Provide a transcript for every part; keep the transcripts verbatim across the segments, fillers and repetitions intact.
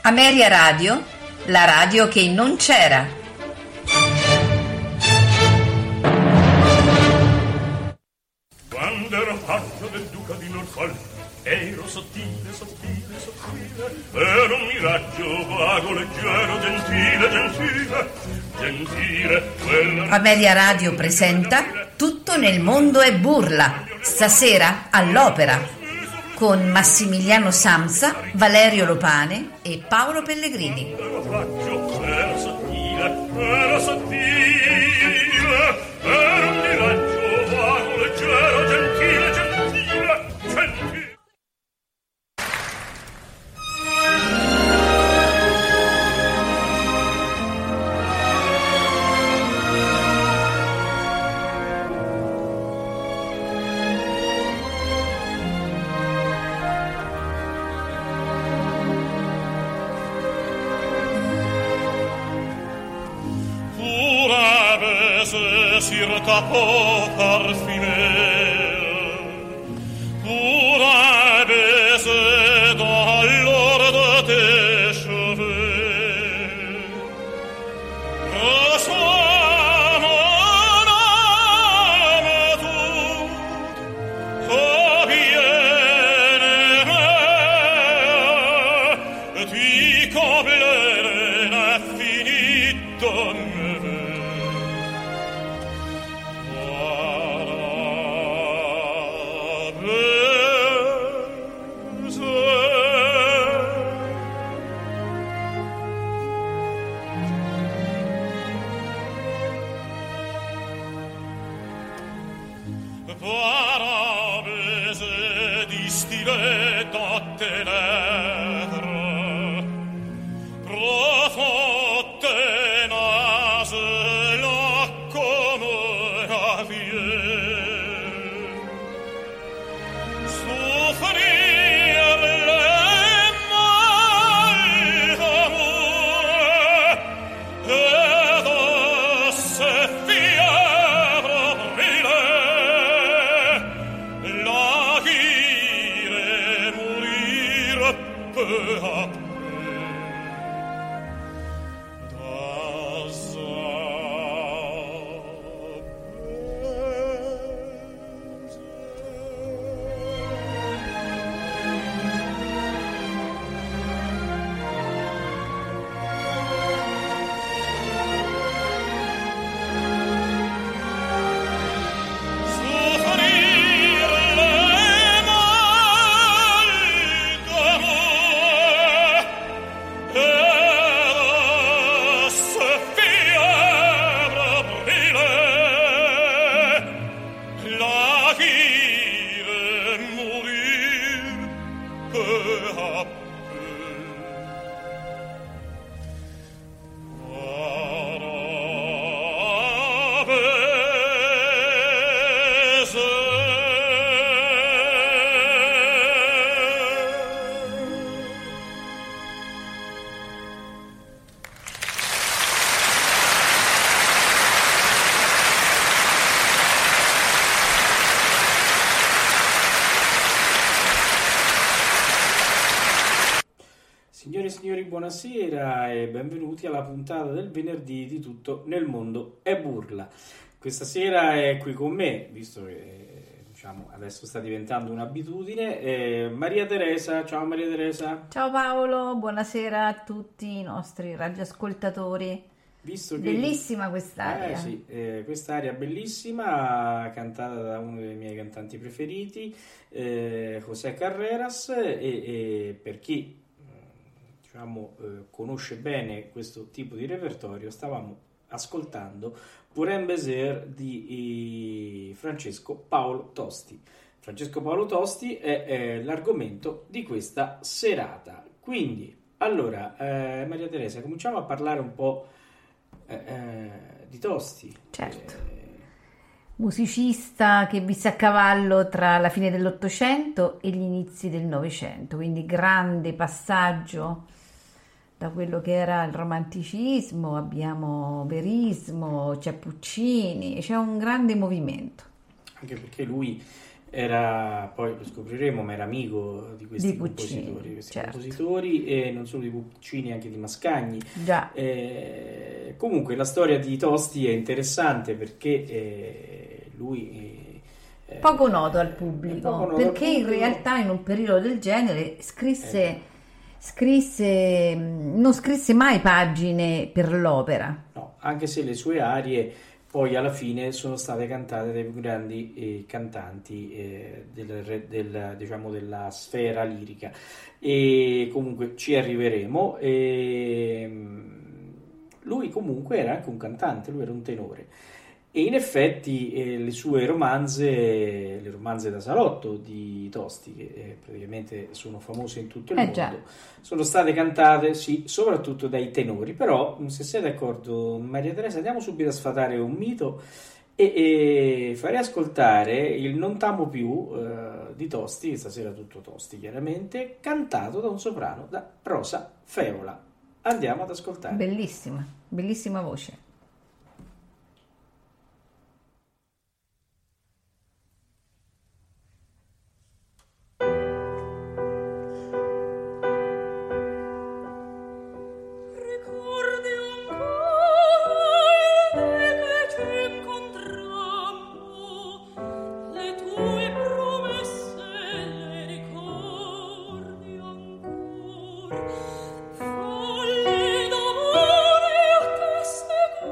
Ameria Radio, la radio che non c'era. Quando ero paggio del duca di Norfolk, ero sottile, sottile, sottile, ero un miraggio vago, leggero, gentile, gentile, gentile. Quella... Ameria Radio presenta Tutto nel mondo è burla, stasera all'Opera, con Massimiliano Samsa, Valerio Lopane e Paolo Pellegrini. Ero paggio, ero sottile, ero sottile, ero un miraggio vago, leggero, gentile, gentile, gentile. Sir tapò parfumé pour un baiser dans l'or de tes cheveux. Reçois mon âme toute, ô bien-aimée, tu combles l'infini de mes vœux. Signore e signori, buonasera e benvenuti alla puntata del venerdì di Tutto nel mondo è burla. Questa sera è qui con me, visto che diciamo adesso sta diventando un'abitudine, eh, Maria Teresa. Ciao Maria Teresa. Ciao Paolo, buonasera a tutti i nostri radioascoltatori. Visto che... Bellissima quest'aria. Eh, sì, eh, quest'aria bellissima, cantata da uno dei miei cantanti preferiti, eh, José Carreras, e, e per chi diciamo eh, conosce bene questo tipo di repertorio, stavamo ascoltando Pour un baiser di Francesco Paolo Tosti. Francesco Paolo Tosti è, è l'argomento di questa serata. Quindi, allora, eh, Maria Teresa, cominciamo a parlare un po' eh, eh, di Tosti. Certo. Eh, Musicista che visse a cavallo tra la fine dell'Ottocento e gli inizi del Novecento, quindi grande passaggio da quello che era il romanticismo, abbiamo verismo, c'è Puccini, c'è un grande movimento. Anche perché lui era, poi lo scopriremo, ma era amico di questi Di Puccini, compositori, questi certo. compositori, e non solo di Puccini, anche di Mascagni. Già. Eh, comunque la storia di Tosti è interessante perché eh, lui eh, Poco noto al è pubblico, poco noto perché al in pubblico. realtà in un periodo del genere scrisse, Eh. scrisse, non scrisse mai pagine per l'opera. No, anche se le sue arie poi alla fine sono state cantate dai più grandi eh, cantanti eh, del, re- del, diciamo, della sfera lirica, e comunque ci arriveremo. E, mm, lui comunque era anche un cantante, lui era un tenore, e in effetti eh, le sue romanze, le romanze da salotto di Tosti, che eh, praticamente sono famose in tutto il Eh mondo, già. sono state cantate, sì, soprattutto dai tenori. Però, se siete d'accordo, Maria Teresa, andiamo subito a sfatare un mito e, e farei ascoltare il Non t'amo più eh, di Tosti, stasera tutto Tosti chiaramente, cantato da un soprano, da Rosa Feola. Andiamo ad ascoltare. Bellissima, bellissima voce. Ricordi ancora il che ci incontrammo, le tue promesse le ricordi ancora, folli d'amore a te seguì.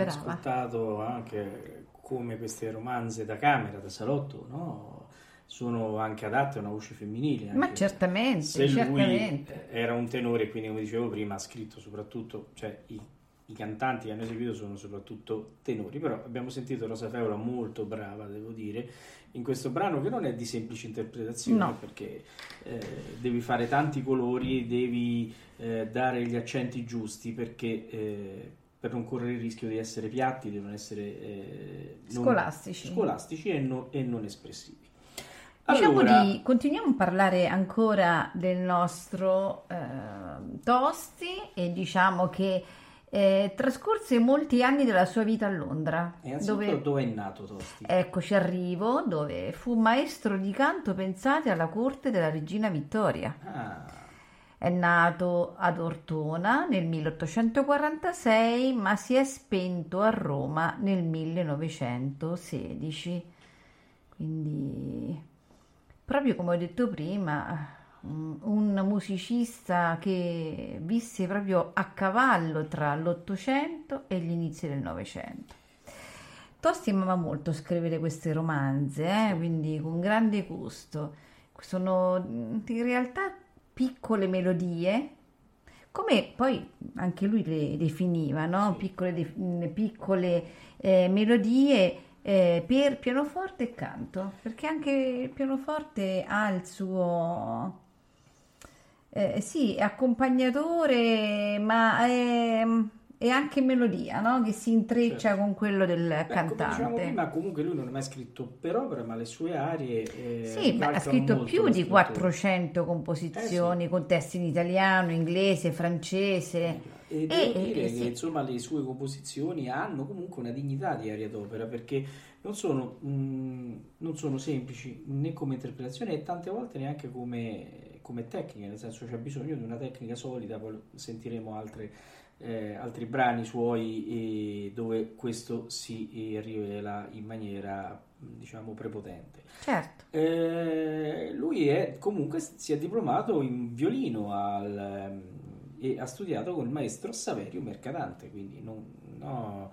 Brava. ascoltato anche come queste romanze da camera, da salotto, no? Sono anche adatte a una voce femminile. Ma anche certamente, se lui certamente. era un tenore, quindi come dicevo prima ha scritto soprattutto, cioè i, i cantanti che hanno eseguito sono soprattutto tenori, però abbiamo sentito Rosa Feola molto brava, devo dire, in questo brano che non è di semplice interpretazione, No. perché eh, devi fare tanti colori, devi eh, dare gli accenti giusti, perché eh, per non correre il rischio di essere piatti, di non essere eh, non- Scolastici. scolastici e, no- e non espressivi. Diciamo Allora, di, continuiamo a parlare ancora del nostro eh, Tosti e diciamo che eh, trascorse molti anni della sua vita a Londra, innanzitutto dove, dove è nato Tosti? eccoci arrivo, dove fu maestro di canto, pensate, alla corte della regina Vittoria. Ah, È nato ad Ortona nel milleottocentoquarantasei, ma si è spento a Roma nel millenovecentosedici. Quindi, proprio come ho detto prima, un un musicista che visse proprio a cavallo tra l'Ottocento e gli inizi del Novecento. Tosti amava molto scrivere queste romanze, eh, quindi con grande gusto. Sono mm, in realtà piccole melodie, come poi anche lui le definiva, no? Piccole, de- mm, piccole eh, melodie eh, per pianoforte e canto, perché anche il pianoforte ha il suo eh, sì, accompagnatore, ma è, è anche melodia, no? Che si intreccia Certo. con quello del beh, come dicevamo cantante. prima, comunque lui non ha mai scritto per opera, ma le sue arie eh, Sì, ma ha ricalcano scritto molto più la di scrittura. quattrocento composizioni con testi in italiano, inglese, francese. E E- devo e- dire e che sì. insomma le sue composizioni hanno comunque una dignità di aria d'opera, perché non sono, mh, non sono semplici né come interpretazione e tante volte neanche come, come tecnica, nel senso c'è bisogno di una tecnica solida, poi sentiremo altre, eh, altri brani suoi eh, dove questo si eh, rivela in maniera diciamo prepotente. Certo. Eh, lui è comunque si è diplomato in violino al, ehm, e ha studiato con il maestro Saverio Mercadante, quindi non, no,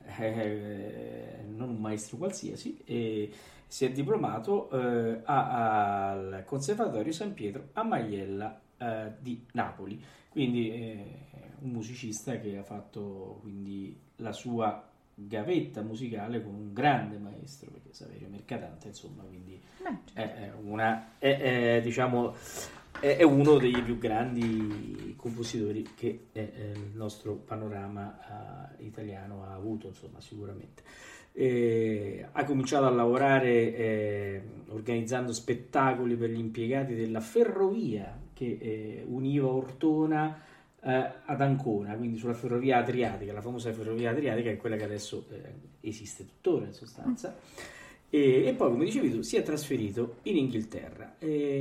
eh, non un maestro qualsiasi, e si è diplomato eh, a- al Conservatorio San Pietro a Maiella eh, di Napoli, quindi eh, un musicista che ha fatto quindi la sua gavetta musicale con un grande maestro, perché Saverio Mercadante insomma quindi Beh, è, è una è, è, diciamo è, è uno dei più grandi compositori che eh, eh, il nostro panorama eh, italiano ha avuto, insomma, sicuramente. Eh, ha cominciato a lavorare eh, organizzando spettacoli per gli impiegati della ferrovia che eh, univa Ortona eh, ad Ancona, quindi sulla ferrovia Adriatica, la famosa ferrovia Adriatica, che è quella che adesso eh, esiste tuttora in sostanza. E, e poi, come dicevi tu, si è trasferito in Inghilterra.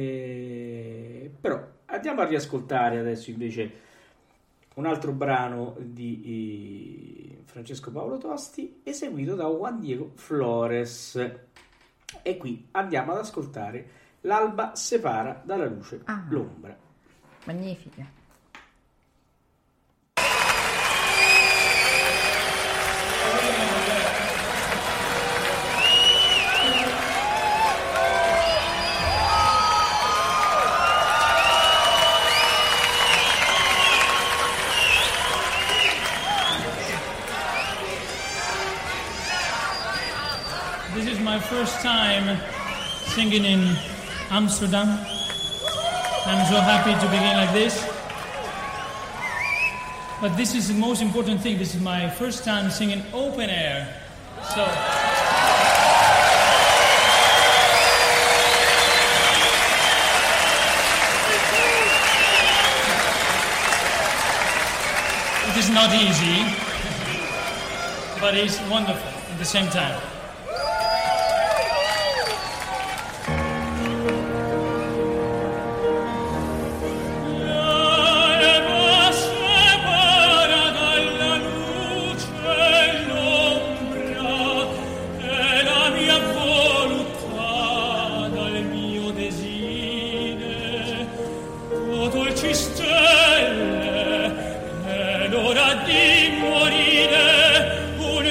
E, però andiamo a riascoltare adesso invece un altro brano di eh, Francesco Paolo Tosti, eseguito da Juan Diego Flores. E qui andiamo ad ascoltare L'alba separa dalla luce Ah. l'ombra. magnifica. This is my first time singing in Amsterdam. I'm so happy to begin like this. But this is the most important thing. This is my first time singing open air. So it is not easy, but it's wonderful at the same time. L'alba separa dalla luce l'ombra, è la mia volontà dal mio desire. O dolci stelle, è l'ora di morire, un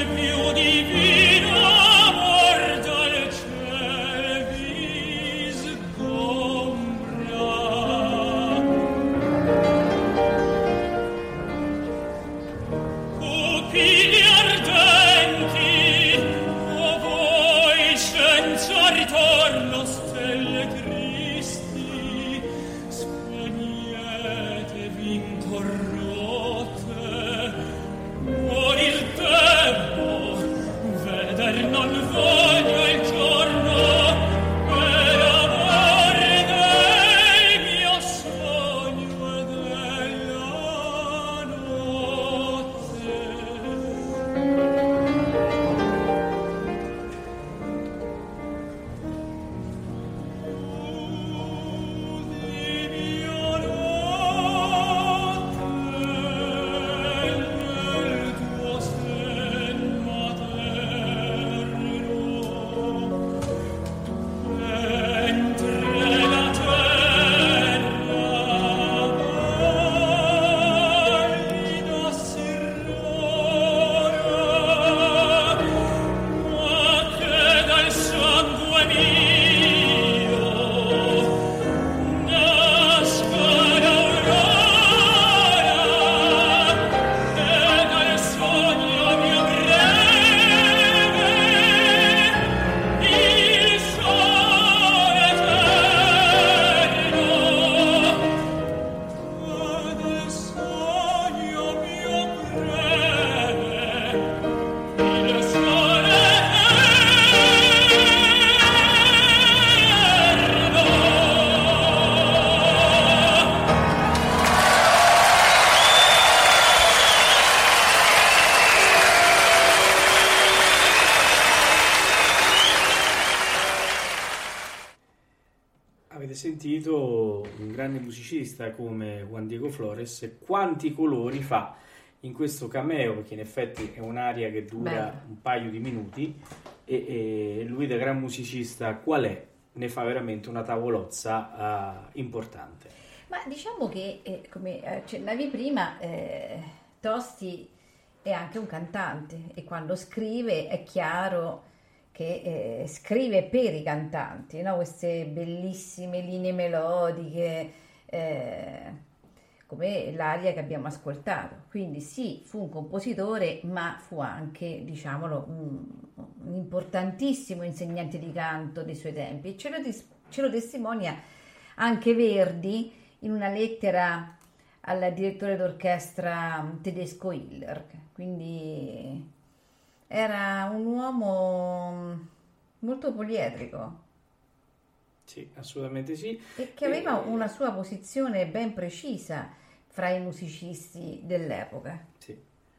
Avete sentito un grande musicista come Juan Diego Flores, quanti colori fa in questo cameo, perché in effetti è un'aria che dura Bello. un paio di minuti e, e lui da gran musicista qual è? Ne fa veramente una tavolozza uh, importante. Ma diciamo che, eh, come accennavi prima, eh, Tosti è anche un cantante e quando scrive è chiaro che eh, scrive per i cantanti, no? Queste bellissime linee melodiche, eh, come l'aria che abbiamo ascoltato. Quindi sì, fu un compositore, ma fu anche, diciamolo, un, un importantissimo insegnante di canto dei suoi tempi. E ce lo, dis- ce lo testimonia anche Verdi in una lettera al direttore d'orchestra tedesco Hiller. Quindi era un uomo molto poliedrico Sì, assolutamente sì. e che aveva E- una sua posizione ben precisa fra i musicisti dell'epoca. Sì.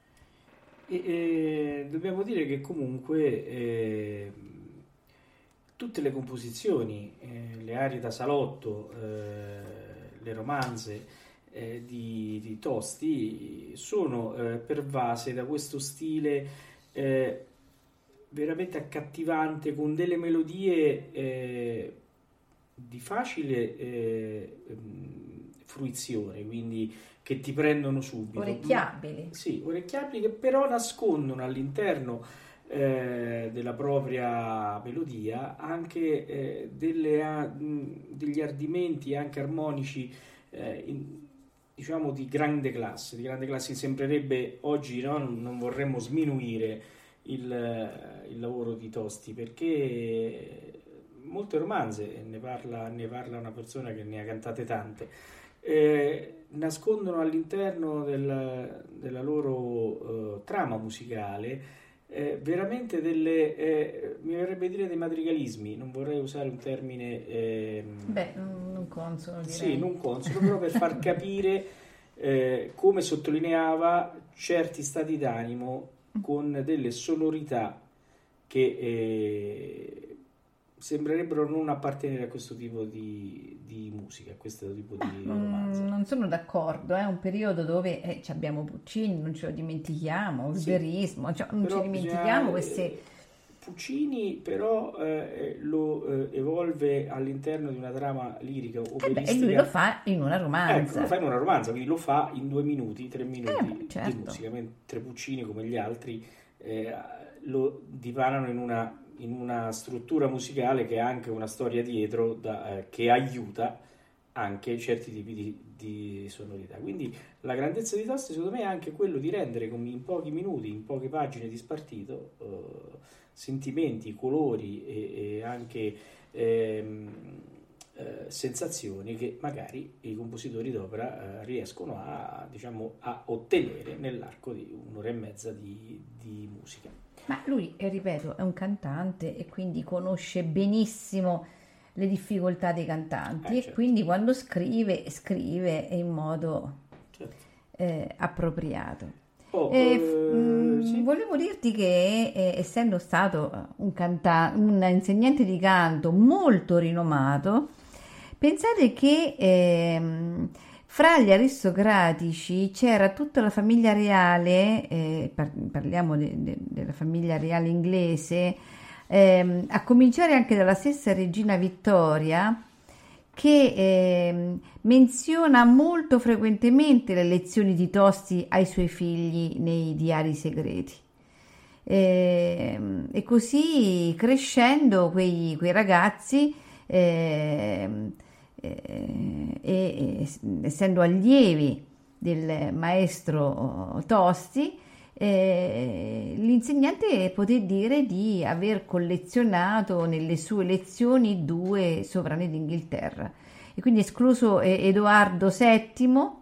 E, e dobbiamo dire che comunque eh, tutte le composizioni, eh, le arie da salotto, eh, le romanze eh, di, di Tosti sono eh, pervase da questo stile eh, veramente accattivante, con delle melodie eh, di facile eh, ehm, fruizione, quindi che ti prendono subito. Orecchiabili. Ma- sì, orecchiabili che però nascondono all'interno eh, della propria melodia anche eh, delle, a- mh, degli ardimenti anche armonici eh, in- diciamo di grande classe, di grande classe. Sembrerebbe oggi, no? Non, non vorremmo sminuire il, eh, il lavoro di Tosti, perché molte romanze, ne parla, ne parla una persona che ne ha cantate tante, eh, nascondono all'interno del- della loro eh, trama musicale eh, veramente delle, eh, mi verrebbe dire dei madrigalismi, non vorrei usare un termine ehm, Beh, non non consono, direi. sì, non consono, però per far capire eh, come sottolineava certi stati d'animo con delle sonorità che eh, sembrerebbero non appartenere a questo tipo di, di musica, a questo tipo di romanzo. Mm, non sono d'accordo, è un periodo dove eh, ci abbiamo Puccini, non ce lo dimentichiamo, il Sì. verismo, cioè, non Però ci dimentichiamo bisogna- queste... Puccini però eh, lo eh, evolve all'interno di una trama lirica Eh beh, e operistica. lui lo fa in una Ecco, romanza. lo fa in una romanza, quindi lo fa in due minuti, tre minuti Eh, beh, di certo. musica, mentre Puccini, come gli altri, eh, lo dipanano in una, in una struttura musicale che ha anche una storia dietro da- eh, che aiuta anche certi tipi di, di sonorità. Quindi la grandezza di Tosti secondo me è anche quello di rendere come in pochi minuti, in poche pagine di spartito, eh, sentimenti, colori e, e anche ehm, eh, sensazioni che magari i compositori d'opera eh, riescono a, diciamo, a ottenere nell'arco di un'ora e mezza di, di musica. Ma lui, eh, ripeto, è un cantante e quindi conosce benissimo le difficoltà dei cantanti Eh, e certo. quindi quando scrive, scrive in modo Certo. eh, appropriato. Oh, E, eh, f- mm, sì. Volevo dirti che eh, essendo stato eh, un, canta- un insegnante di canto molto rinomato, pensate che ehm, fra gli aristocratici c'era tutta la famiglia reale, eh, par- parliamo de- de- della famiglia reale inglese, ehm, a cominciare anche dalla stessa regina Vittoria, che ehm, menziona molto frequentemente le lezioni di Tosti ai suoi figli nei diari segreti. Ehm, E, così crescendo quei, quei ragazzi, ehm, eh, e, e essendo allievi del maestro Tosti, eh, l'insegnante poté dire di aver collezionato nelle sue lezioni due sovrani d'Inghilterra e quindi escluso eh, Edoardo settimo,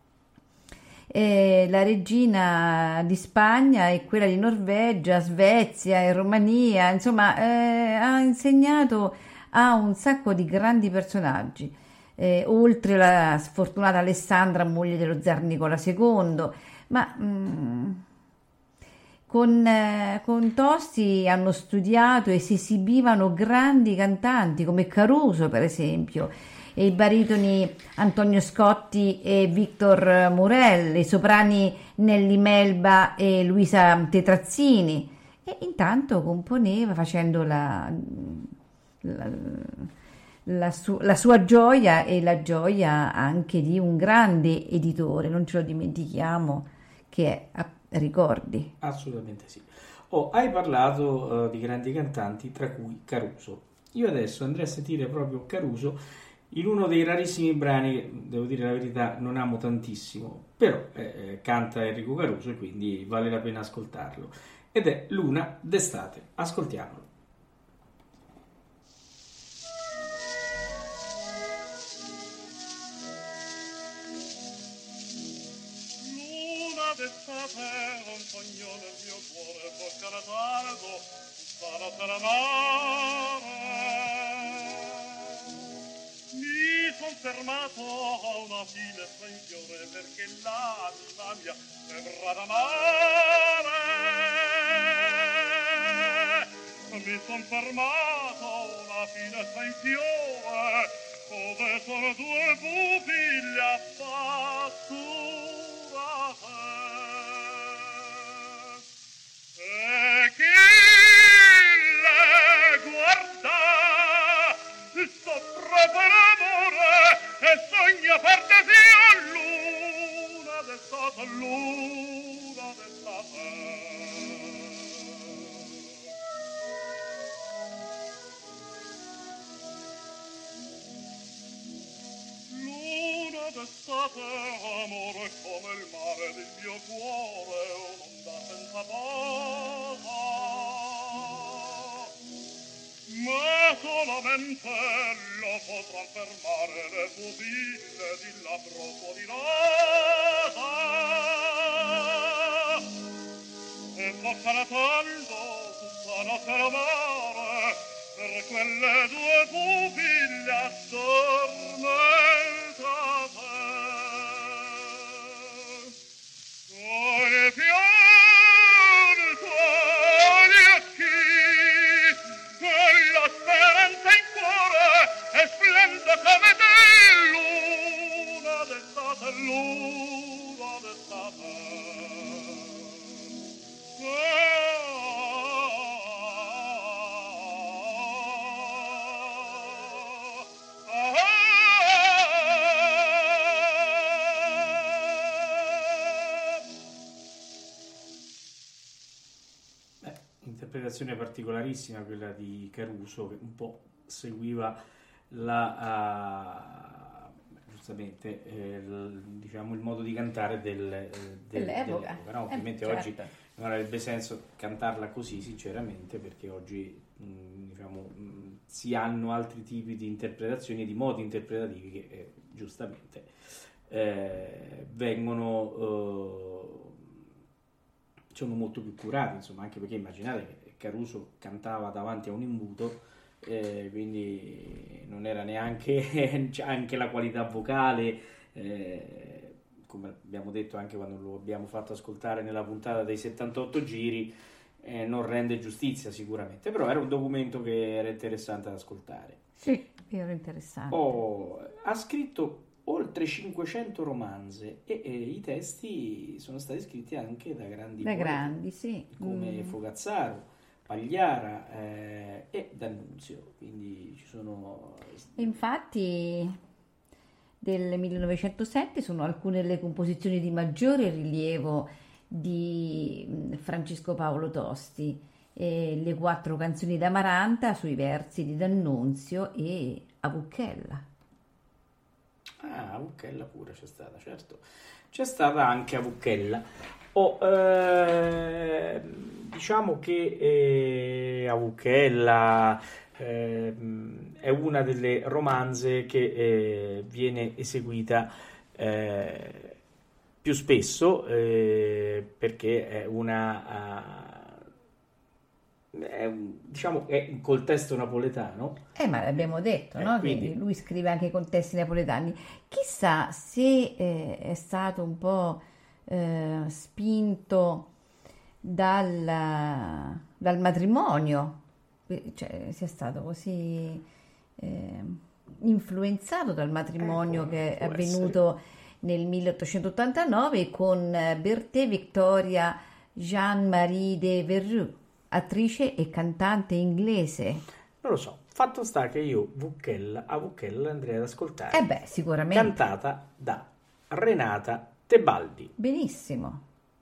eh, la regina di Spagna e quella di Norvegia, Svezia e Romania, insomma eh, ha insegnato a un sacco di grandi personaggi, eh, oltre la sfortunata Alessandra, moglie dello zar Nicola secondo, ma mm, Con, eh, con Tosti hanno studiato e si esibivano grandi cantanti come Caruso, per esempio, e i baritoni Antonio Scotti e Victor Morel, i soprani Nelly Melba e Luisa Tetrazzini, e intanto componeva facendo la, la, la, su, la sua gioia e la gioia anche di un grande editore, non ce lo dimentichiamo, che è a Ricordi. Assolutamente sì. Oh, hai parlato uh, di grandi cantanti, tra cui Caruso. Io adesso andrei a sentire proprio Caruso in uno dei rarissimi brani che, devo dire la verità, non amo tantissimo, però eh, canta Enrico Caruso e quindi vale la pena ascoltarlo. Ed è Luna d'estate. Ascoltiamolo. D'estate un sogno nel mio cuore tocca da tardo sarà per amare. Mi son fermato a una finestra in fiore perché l'anima mia sembra d'amare. Mi son fermato a una finestra in fiore dove sono due pupille appassurate. E chi le guarda soffre per amore e sogna fantasia. Luna d'estate, luna d'estate. Luna d'estate, amore come il mare del mio cuore, un'onda senza posa, ma solamente lo potran fermare le pupille di labbro suo di rosa. E toccano tanto tutta notte l'amore per quelle due pupille addormentate. Con i fiori tuoi occhi e la speranza in cuore e splende come te. Luna d'estate, luna d'estate. Interpretazione particolarissima quella di Caruso, che un po' seguiva la uh, giustamente eh, il, diciamo il modo di cantare del, del, dell'epoca, dell'epoca, no? Ovviamente eh, oggi certo. non avrebbe senso cantarla così, sinceramente, perché oggi mh, diciamo mh, si hanno altri tipi di interpretazioni e di modi interpretativi che eh, giustamente eh, vengono eh, sono molto più curati, insomma, anche perché immaginate che Caruso cantava davanti a un imbuto, eh, quindi non era neanche anche la qualità vocale, eh, come abbiamo detto anche quando lo abbiamo fatto ascoltare nella puntata dei settantotto giri, eh, non rende giustizia sicuramente, però era un documento che era interessante da ascoltare. Sì, era interessante. Oh, ha scritto oltre cinquecento romanze e, e i testi sono stati scritti anche da grandi da poeti, grandi, sì. come Mm. Fogazzaro, Pagliara eh, e D'Annunzio, quindi ci sono... Infatti del millenovecentosette sono alcune delle composizioni di maggiore rilievo di Francesco Paolo Tosti, eh, le quattro canzoni d'Amaranta sui versi di D'Annunzio e Avucchella. Ah, Avucchella pure c'è stata, certo. C'è stata anche Avucchella. Oh, eh, diciamo che eh, Avucchella eh, è una delle romanze che eh, viene eseguita eh, più spesso eh, perché è una... Uh, È un, diciamo è col testo napoletano, eh ma l'abbiamo detto, eh, no? quindi... Che lui scrive anche con testi napoletani. Chissà se eh, è stato un po' eh, spinto dal, dal matrimonio, cioè sia stato così eh, influenzato dal matrimonio Ecco, che è può avvenuto nel milleottocentottantanove con Berthe Victoria Jean-Marie de Verrue, attrice e cantante inglese. Non lo so, fatto sta che io Vucchella, a Vucchella andrei ad ascoltare, Eh beh, sicuramente. cantata da Renata Tebaldi. Benissimo.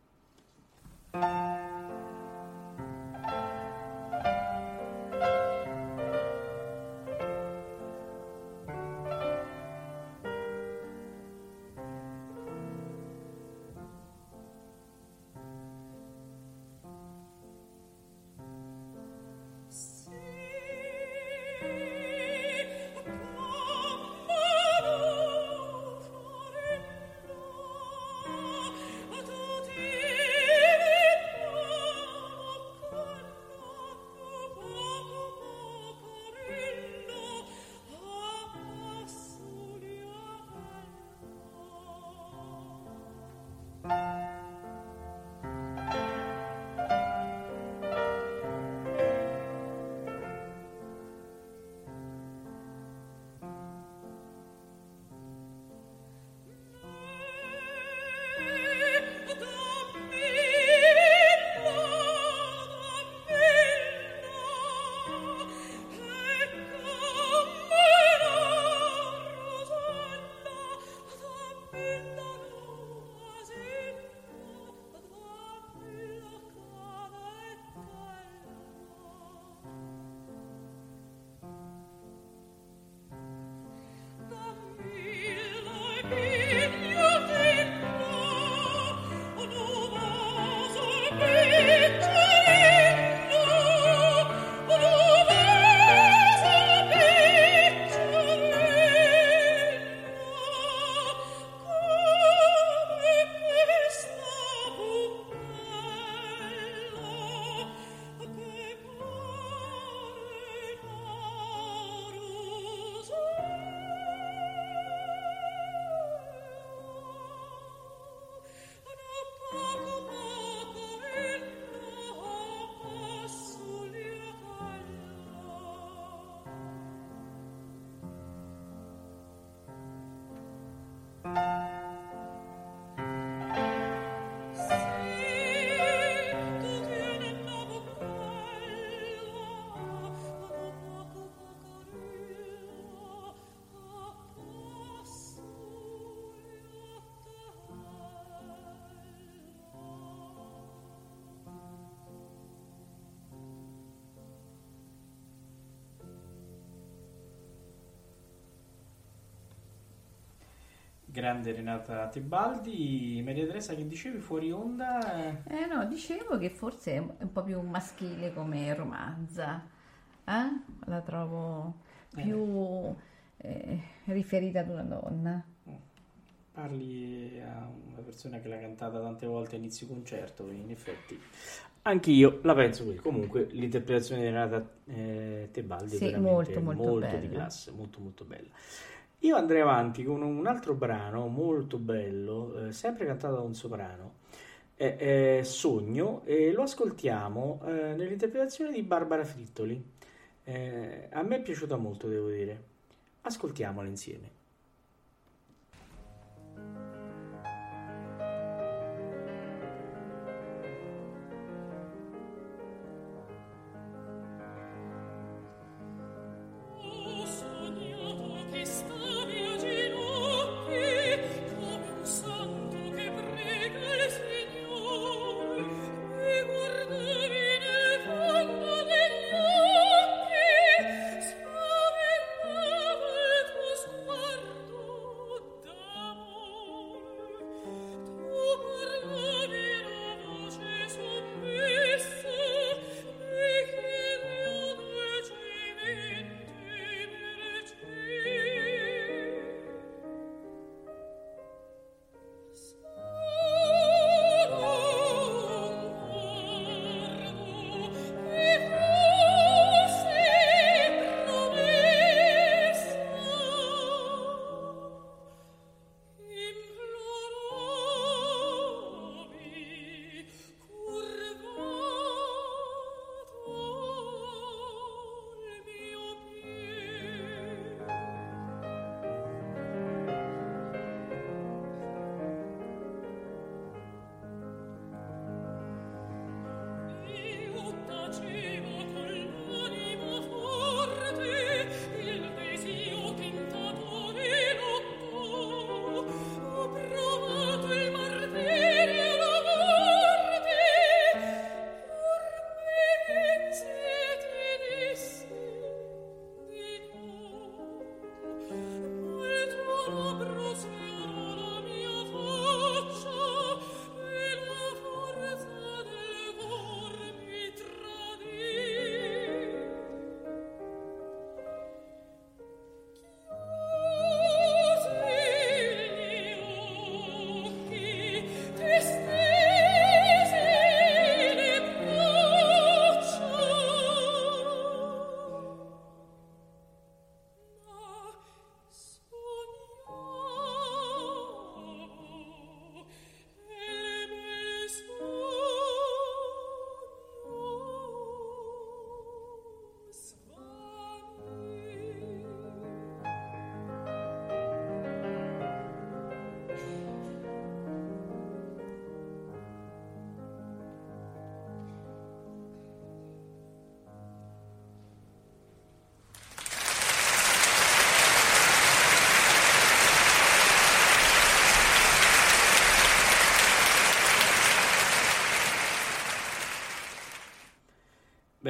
Grande Renata Tebaldi. Maria Teresa, che dicevi fuori onda? Eh no, dicevo che forse è un po' più maschile come romanza, eh? La trovo più eh, riferita ad una donna. Parli a una persona che l'ha cantata tante volte a inizio concerto, in effetti anche io la penso così. Comunque l'interpretazione di Renata eh, Tebaldi Sì, è veramente molto, molto molto bella. di classe, molto molto bella. Io andrei avanti con un altro brano molto bello, eh, sempre cantato da un soprano, è, è Sogno, e lo ascoltiamo eh, nell'interpretazione di Barbara Frittoli. Eh, a me è piaciuta molto, devo dire. Ascoltiamola insieme. Ho sognato che stavi a ginocchi come un santo che prega il Signore, mi guardavi nel fondo degli occhi, spaventava il tuo sguardo.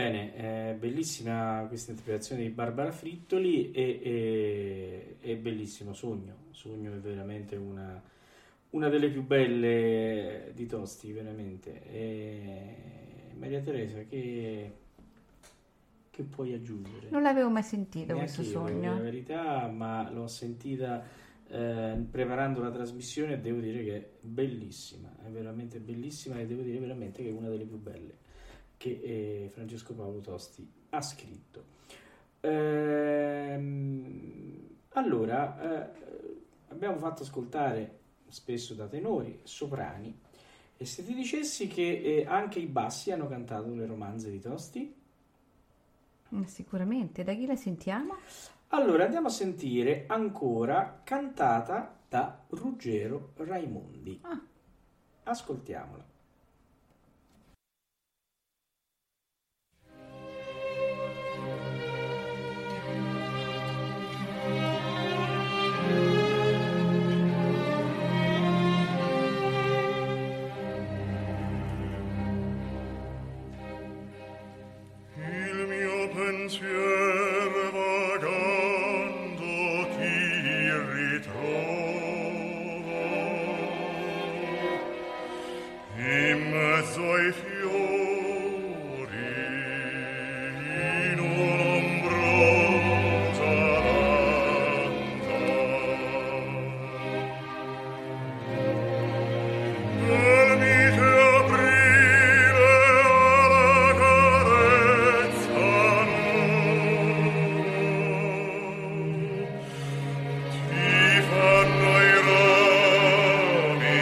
bene, è bellissima questa interpretazione di Barbara Frittoli e, e, è bellissimo Sogno. Sogno è veramente una, una delle più belle di Tosti, veramente. E Maria Teresa, che, che puoi aggiungere? Non l'avevo mai sentito Neanche questo io, devo dire sogno. la verità, ma l'ho sentita eh, preparando la trasmissione e devo dire che è bellissima, è veramente bellissima e devo dire veramente che è una delle più belle che eh, Francesco Paolo Tosti ha scritto. Ehm, allora, eh, abbiamo fatto ascoltare spesso da tenori, soprani, e se ti dicessi che eh, anche i bassi hanno cantato le romanze di Tosti? Mm, Sicuramente. Da chi la sentiamo? Allora andiamo a sentire ancora cantata da Ruggero Raimondi. Ah. Ascoltiamola. Il mio pensiero vagando ti ritrova in mezzo ai fiori in un'ombrosa landa. Del mite aprile alla carezza ti fanno i rami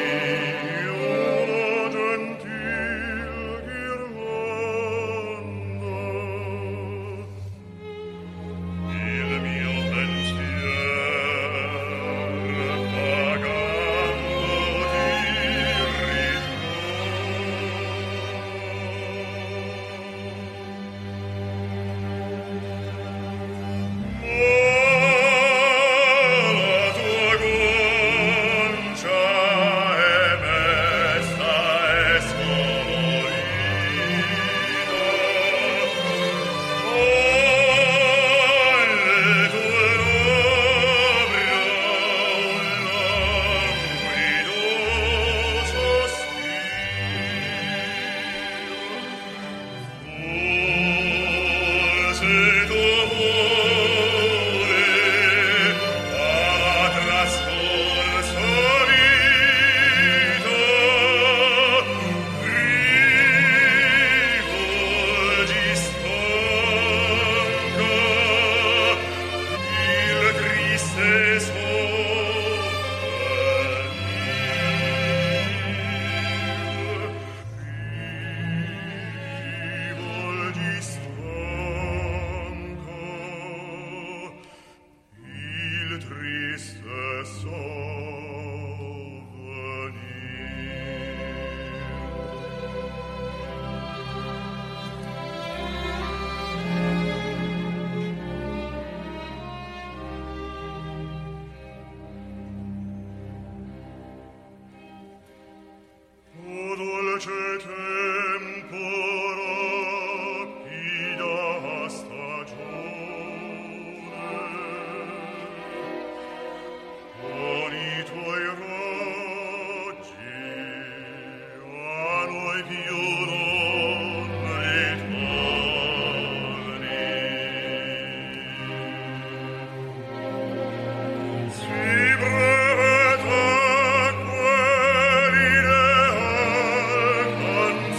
una gentil ghirlanda. Il mio pensiero vagando ti la tua guancia è mesta e scolorita, alle tue labbra un languido sospiro. Forse tuo cuore alla trascorsa vita rivolgi stanca il triste sovvenir. Rivolgi stanca il triste sovvenir. O dolce tempo rapida stagione, con i tuoi raggi a noi più non ritorni. Si breve tacque l'ideal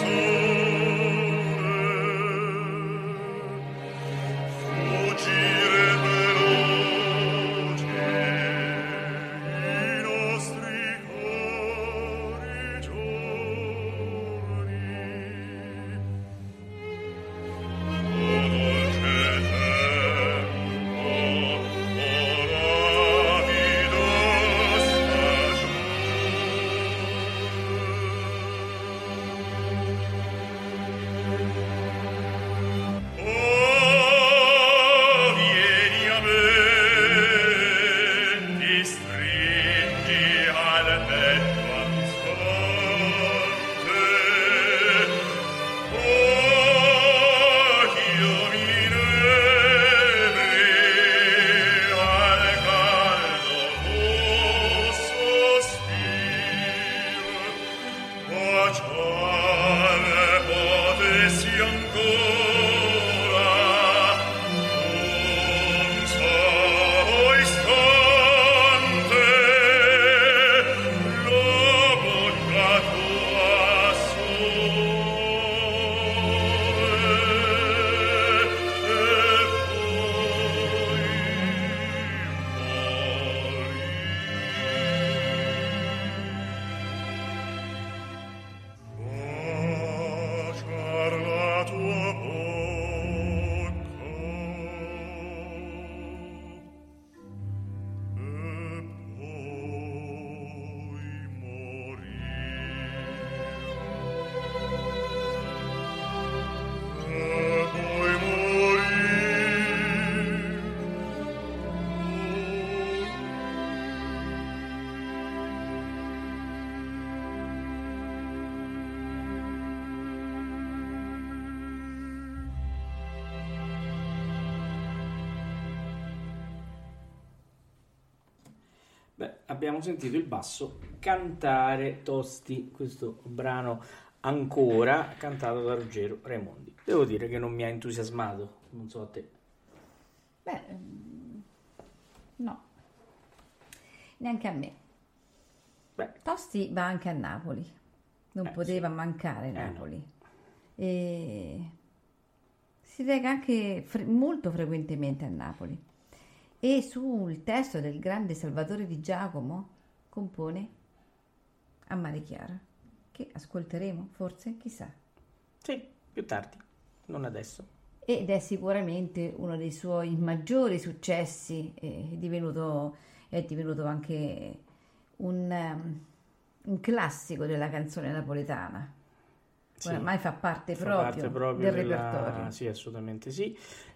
Beh, abbiamo sentito il basso cantare Tosti, questo brano ancora cantato da Ruggero Raimondi. Devo dire che non mi ha entusiasmato, non so a te. Beh, mm, no, neanche a me. Beh, Tosti va anche a Napoli, non Eh, poteva sì. mancare Eh, no. Napoli. E si reca anche fre- molto frequentemente a Napoli. E sul testo del grande Salvatore Di Giacomo compone A Mare Chiara, che ascolteremo forse, chissà. sì, più tardi, non adesso. Ed è sicuramente uno dei suoi maggiori successi, è divenuto, è divenuto anche un, um, un classico della canzone napoletana. Sì, Ormai fa parte fa proprio, parte proprio del della- repertorio. Sì, assolutamente sì.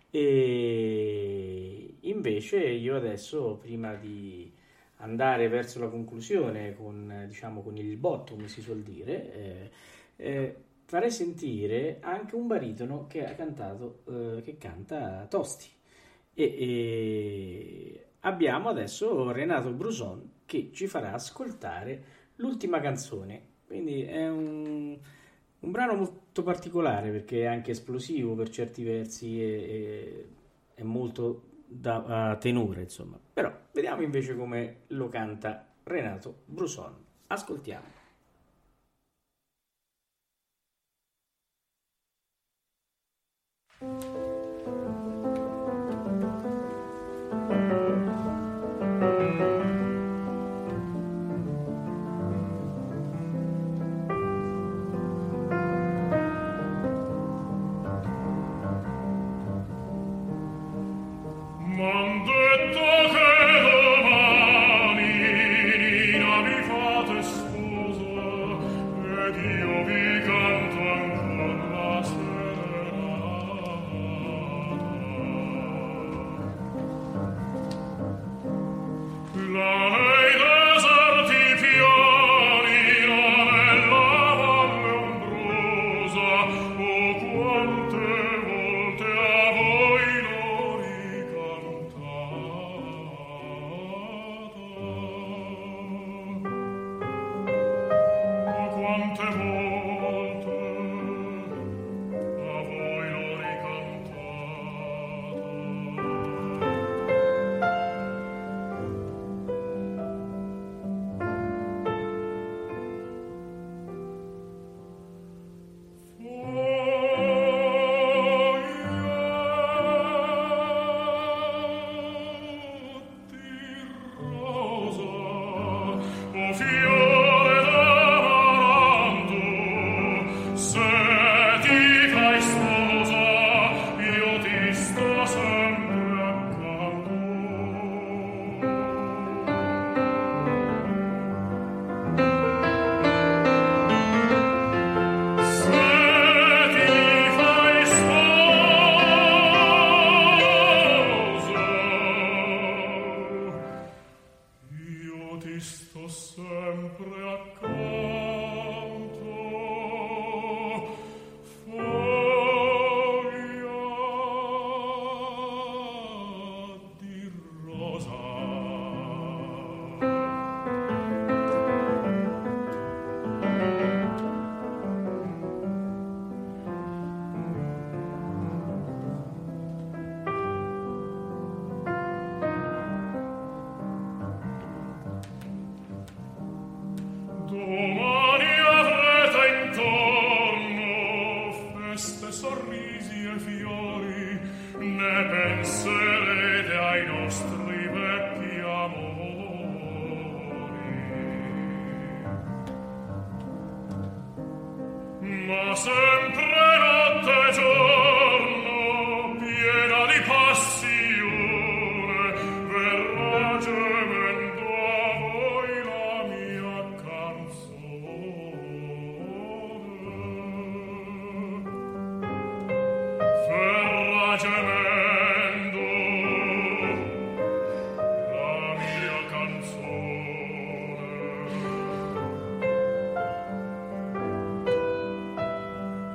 E invece io adesso, prima di andare verso la conclusione con, eh, diciamo, con il botto, come si suol dire, eh, eh, farei sentire anche un baritono che ha cantato, eh, che canta Tosti. E, e abbiamo adesso Renato Bruson che ci farà ascoltare l'ultima canzone. Quindi è un, un brano molto particolare perché è anche esplosivo per certi versi e, e- è molto da a tenore, insomma. Però vediamo invece come lo canta Renato Bruson. Ascoltiamo. M'han detto che domani Nina mi fate sposa ed io vi canto ancor la serenata. Lei deserti piani, la bella valle ombrosa, oh quante volte a voi l'ho ricantata. Oh quante volte a voi l'ho ricantata. Io ti sto sempre accanto, foglia di rosa. Domani avrete intorno feste, sorrisi e fiori, ne penserete ai nostri vecchi amori. Ma sempre notte e giorno, piena di passione, verrà gemendo a voi la mia canzone. Verrà gemendo la mia canzone.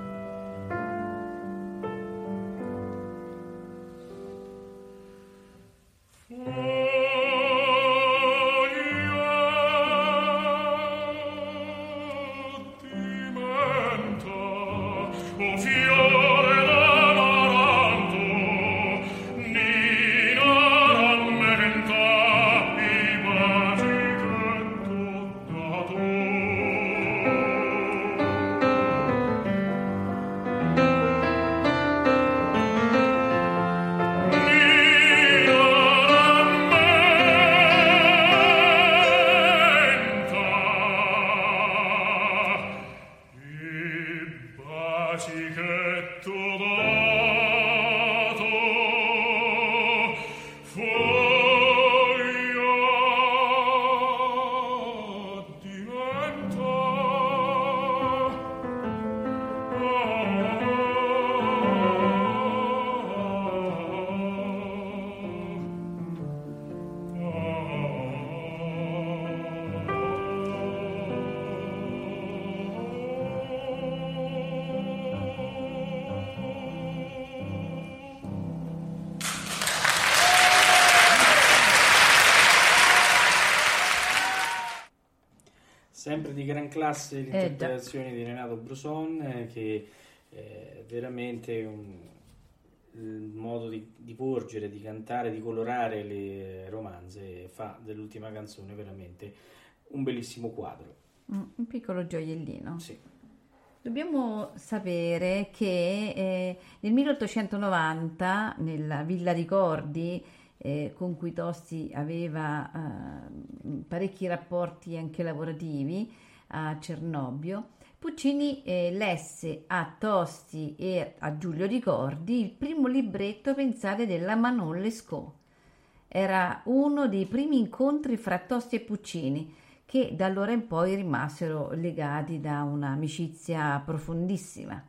Sempre di gran classe l'interpretazione eh, di Renato Brusson, eh, che è veramente un, il modo di, di porgere, di cantare, di colorare le romanze, fa dell'ultima canzone veramente un bellissimo quadro. Un piccolo gioiellino. Sì. Dobbiamo sapere che eh, nel milleottocentonovanta nella Villa Ricordi, eh, con cui Tosti aveva eh, parecchi rapporti anche lavorativi a Cernobbio, Puccini eh, lesse a Tosti e a Giulio Ricordi il primo libretto, pensate, della Manon Lescaut. Era uno dei primi incontri fra Tosti e Puccini, che da allora in poi rimasero legati da un'amicizia profondissima.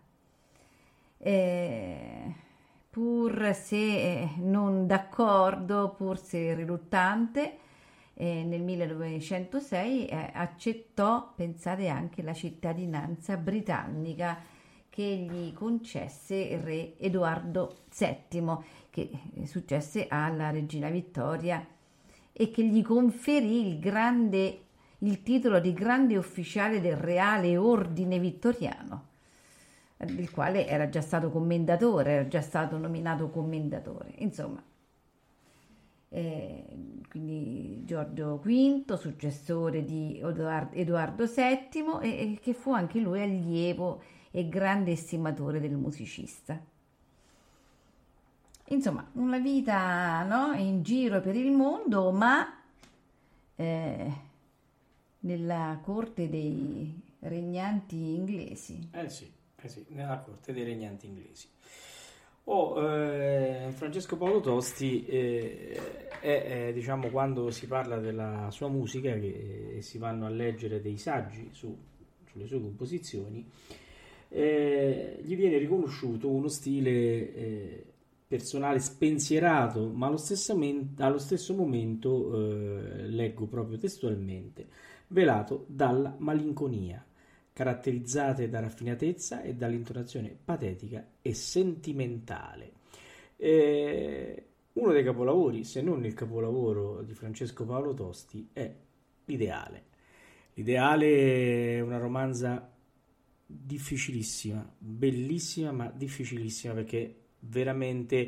Eh, pur se non d'accordo, pur se riluttante, eh, nel millenovecentosei eh, accettò, pensate, anche la cittadinanza britannica che gli concesse il re Edoardo settimo, che successe alla regina Vittoria, e che gli conferì il grande il titolo di grande ufficiale del Reale Ordine Vittoriano, del quale era già stato commendatore, era già stato nominato commendatore. Insomma, eh, quindi Giorgio quinto, successore di Edoardo, Edoardo settimo, e, e che fu anche lui allievo e grande estimatore del musicista. Insomma, una vita, no, in giro per il mondo, ma eh, nella corte dei regnanti inglesi. Eh sì, eh sì, nella corte dei regnanti inglesi. Oh, eh, Francesco Paolo Tosti eh, è, è, diciamo, quando si parla della sua musica, che eh, si vanno a leggere dei saggi su, sulle sue composizioni, eh, gli viene riconosciuto uno stile eh, personale spensierato, ma allo stesso, men- allo stesso momento, eh, leggo proprio testualmente, velato dalla malinconia, caratterizzate da raffinatezza e dall'intonazione patetica e sentimentale. Eh, uno dei capolavori, se non il capolavoro di Francesco Paolo Tosti, è L'Ideale. L'Ideale è una romanza difficilissima, bellissima ma difficilissima, perché veramente,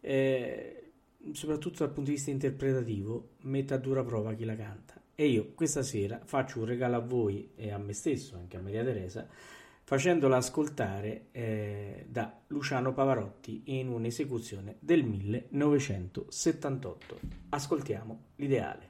eh, soprattutto dal punto di vista interpretativo, mette a dura prova chi la canta. E io questa sera faccio un regalo a voi e a me stesso, anche a Maria Teresa, facendola ascoltare eh, da Luciano Pavarotti in un'esecuzione del millenovecentosettantotto. Ascoltiamo L'Ideale.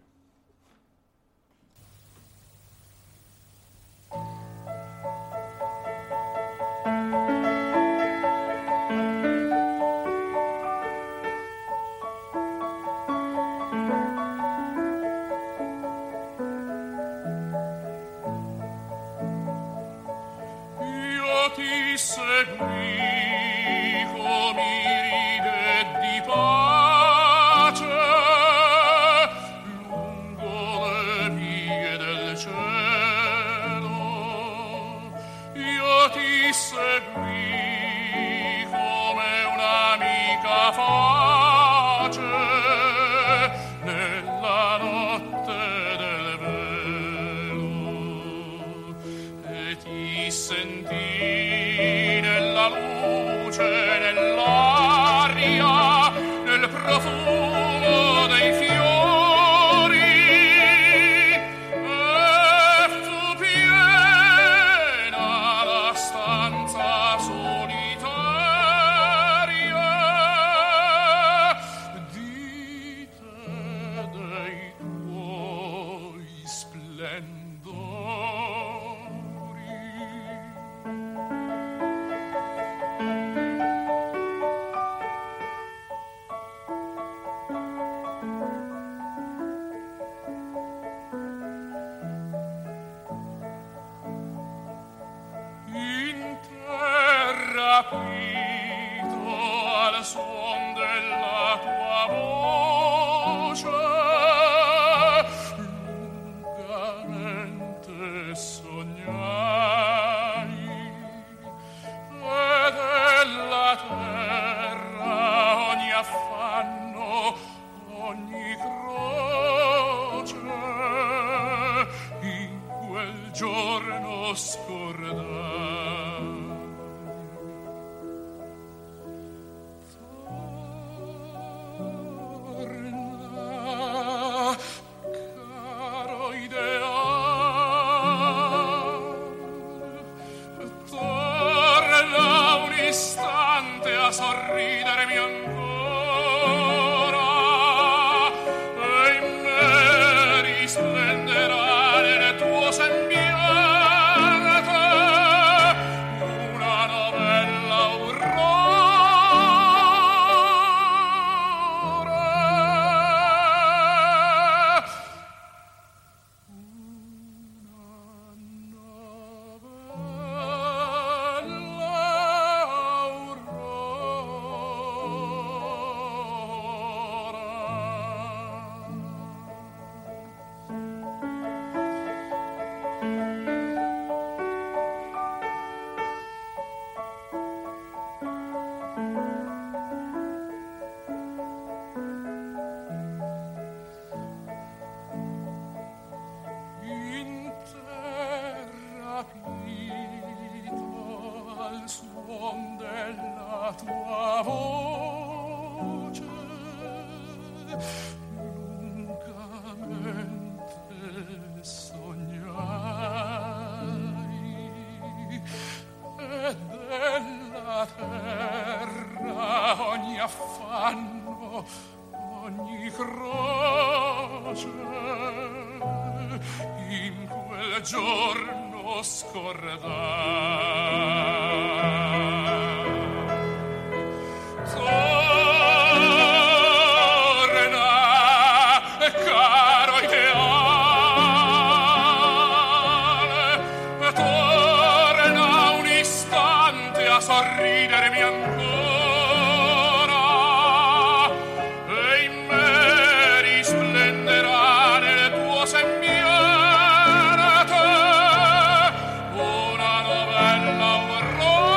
Ogni il giorno scordar. Torna, caro ideale, torna un istante a sorridermi ancora, e in me risplenderà nel tuo sembiante una novella aurora.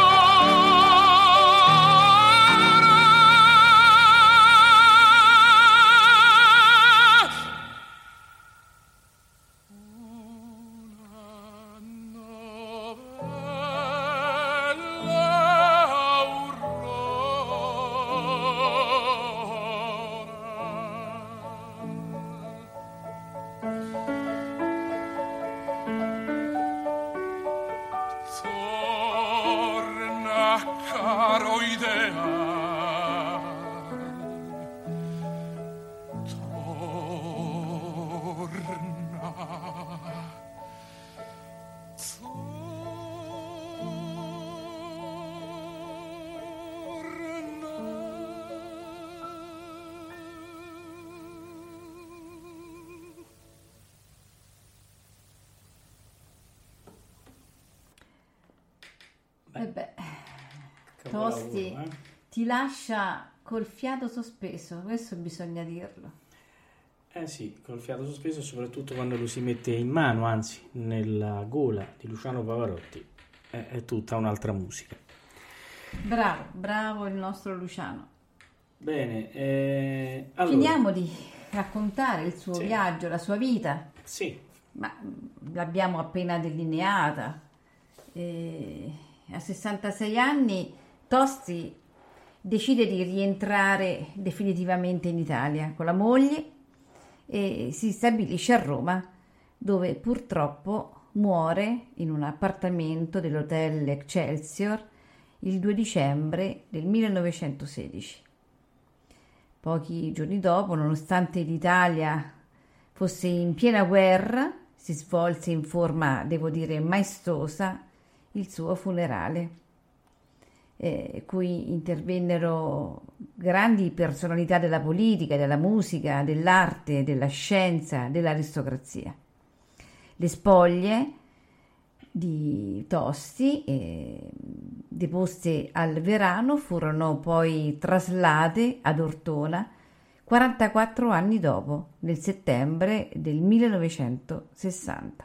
Torna, caro ideale, E beh, Capolavoro, Tosti eh? ti lascia col fiato sospeso, questo bisogna dirlo. Eh sì, col fiato sospeso, soprattutto quando lo si mette in mano, anzi nella gola di Luciano Pavarotti, è, è tutta un'altra musica. Bravo, bravo il nostro Luciano. Bene, eh, allora, Finiamo di raccontare il suo Sì. viaggio, la sua vita, Sì, ma mh, l'abbiamo appena delineata. E a sessantasei anni Tosti decide di rientrare definitivamente in Italia con la moglie e si stabilisce a Roma, dove purtroppo muore in un appartamento dell'hotel Excelsior il due dicembre del millenovecentosedici. Pochi giorni dopo, nonostante l'Italia fosse in piena guerra, si svolse in forma, devo dire, maestosa il suo funerale, eh, cui intervennero grandi personalità della politica, della musica, dell'arte, della scienza, dell'aristocrazia. Le spoglie di Tosti, eh, deposte al Verano, furono poi traslate ad Ortona quarantaquattro anni dopo, nel settembre del millenovecentosessanta.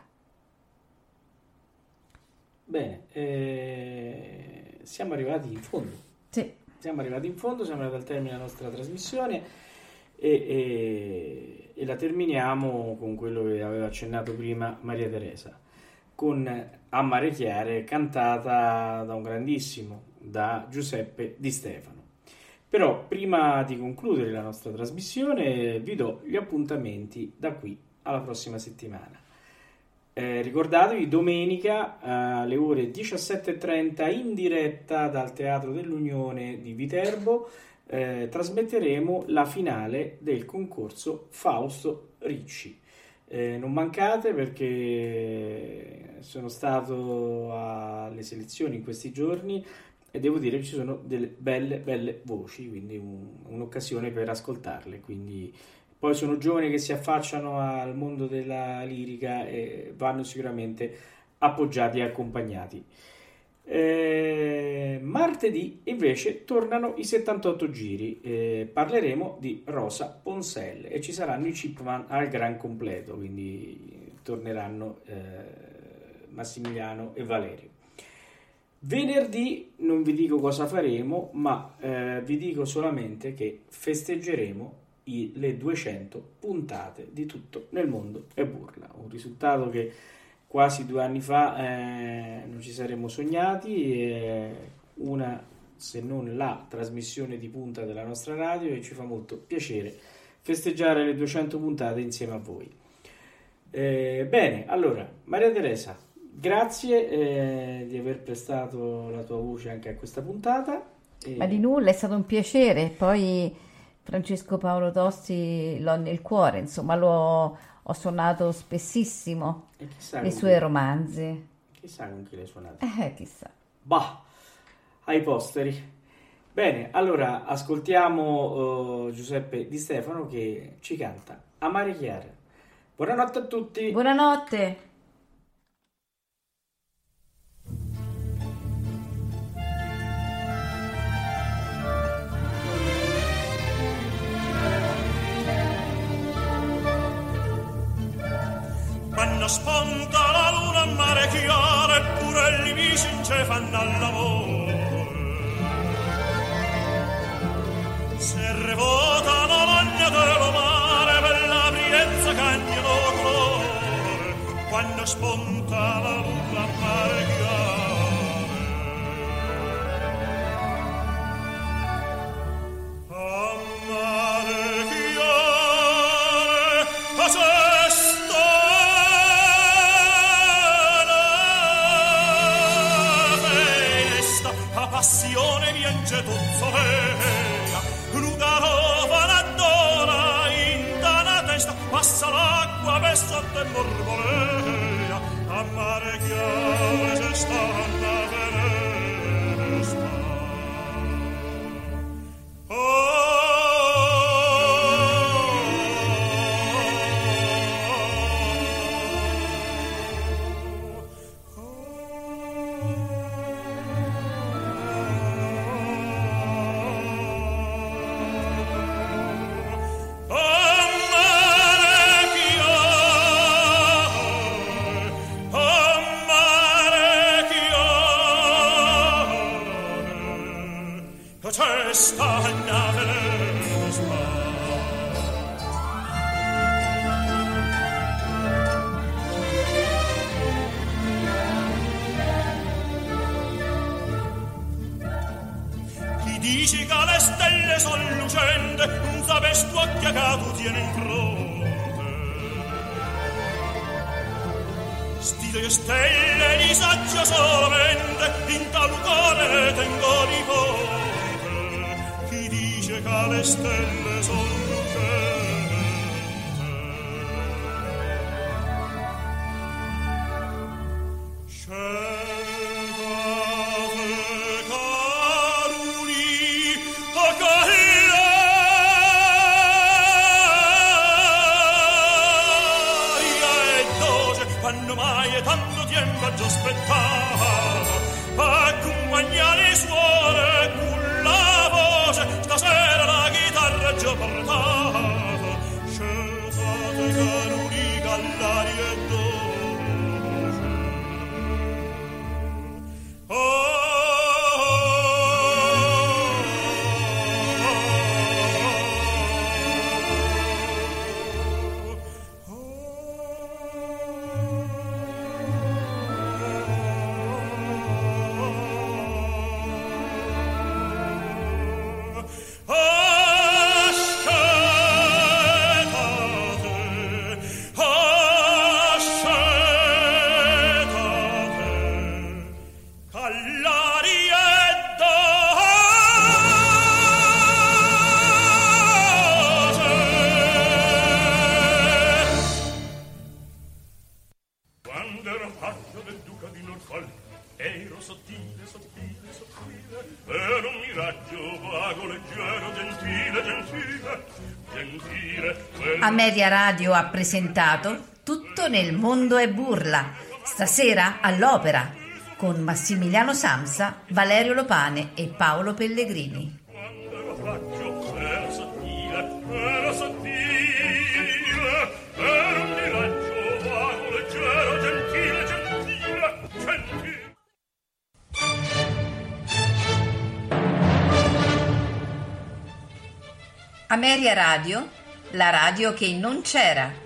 bene, eh, siamo arrivati in fondo. Sì. Siamo arrivati in fondo, siamo arrivati al termine della nostra trasmissione e, e, e la terminiamo con quello che aveva accennato prima Maria Teresa, con A Mare Chiare, cantata da un grandissimo, da Giuseppe Di Stefano. Però prima di concludere la nostra trasmissione vi do gli appuntamenti da qui alla prossima settimana. Eh, ricordatevi, domenica alle ore diciassette e trenta in diretta dal Teatro dell'Unione di Viterbo eh, trasmetteremo la finale del concorso Fausto Ricci. Eh, non mancate, perché sono stato alle selezioni in questi giorni e devo dire che ci sono delle belle belle voci, quindi un, un'occasione per ascoltarle. Quindi poi sono giovani che si affacciano al mondo della lirica e vanno sicuramente appoggiati e accompagnati. Eh, martedì invece tornano i settantotto giri, eh, parleremo di Rosa Ponselle e ci saranno i Chipman al gran completo, quindi torneranno eh, Massimiliano e Valerio. Venerdì non vi dico cosa faremo, ma eh, vi dico solamente che festeggeremo i, le duecento puntate di Tutto nel mondo è burla, un risultato che quasi due anni fa eh, non ci saremmo sognati, eh, una se non la trasmissione di punta della nostra radio, e ci fa molto piacere festeggiare le duecento puntate insieme a voi. Eh, bene, allora Maria Teresa, grazie eh, di aver prestato la tua voce anche a questa puntata. E... Ma di nulla, è stato un piacere. Poi Francesco Paolo Tosti l'ho nel cuore, insomma, l'ho, ho suonato spessissimo E chissà le con sue chi- romanze. Chissà con chi le suonate. Eh, chissà. Bah, ai posteri. Bene, allora ascoltiamo eh, Giuseppe Di Stefano che ci canta Amare Chiara. Buonanotte a tutti. Buonanotte. Quando spunta la luna a mare chiaro eppure gli vicini ce fanno all'amore, se revotano l'ogna dello mare per la priezza cagnano colore. Quando spunta la luna a mare chiaro, a mare chiaro, a sesto passione piange tuzzorea, Lugarova la dona in tana testa, passa l'acqua per sotto e mormorea, a mare chiaro c'è stanno a Venesta. C'è stanna Venesta. Chi dice che le stelle sono lucente, non sapes tu che tu tieni in fronte. Stile stelle di saggio solamente, in tal cuore tengo nipote. Chi dice che le stelle sono lucente, sceltate caruli a callaria e doce, quando mai è tanto tempo già aspettato, accompagnare suore con la voce, stasera la chitarra già portata, sceltate caruli callaria e doce. Ameria Radio ha presentato Tutto nel mondo è burla, stasera all'Opera, con Massimiliano Samsa, Valerio Lopane e Paolo Pellegrini. Era sottile, era sottile, era un miraggio vago, leggero, gentile, gentile, gentile. Ameria Radio, la radio che non c'era.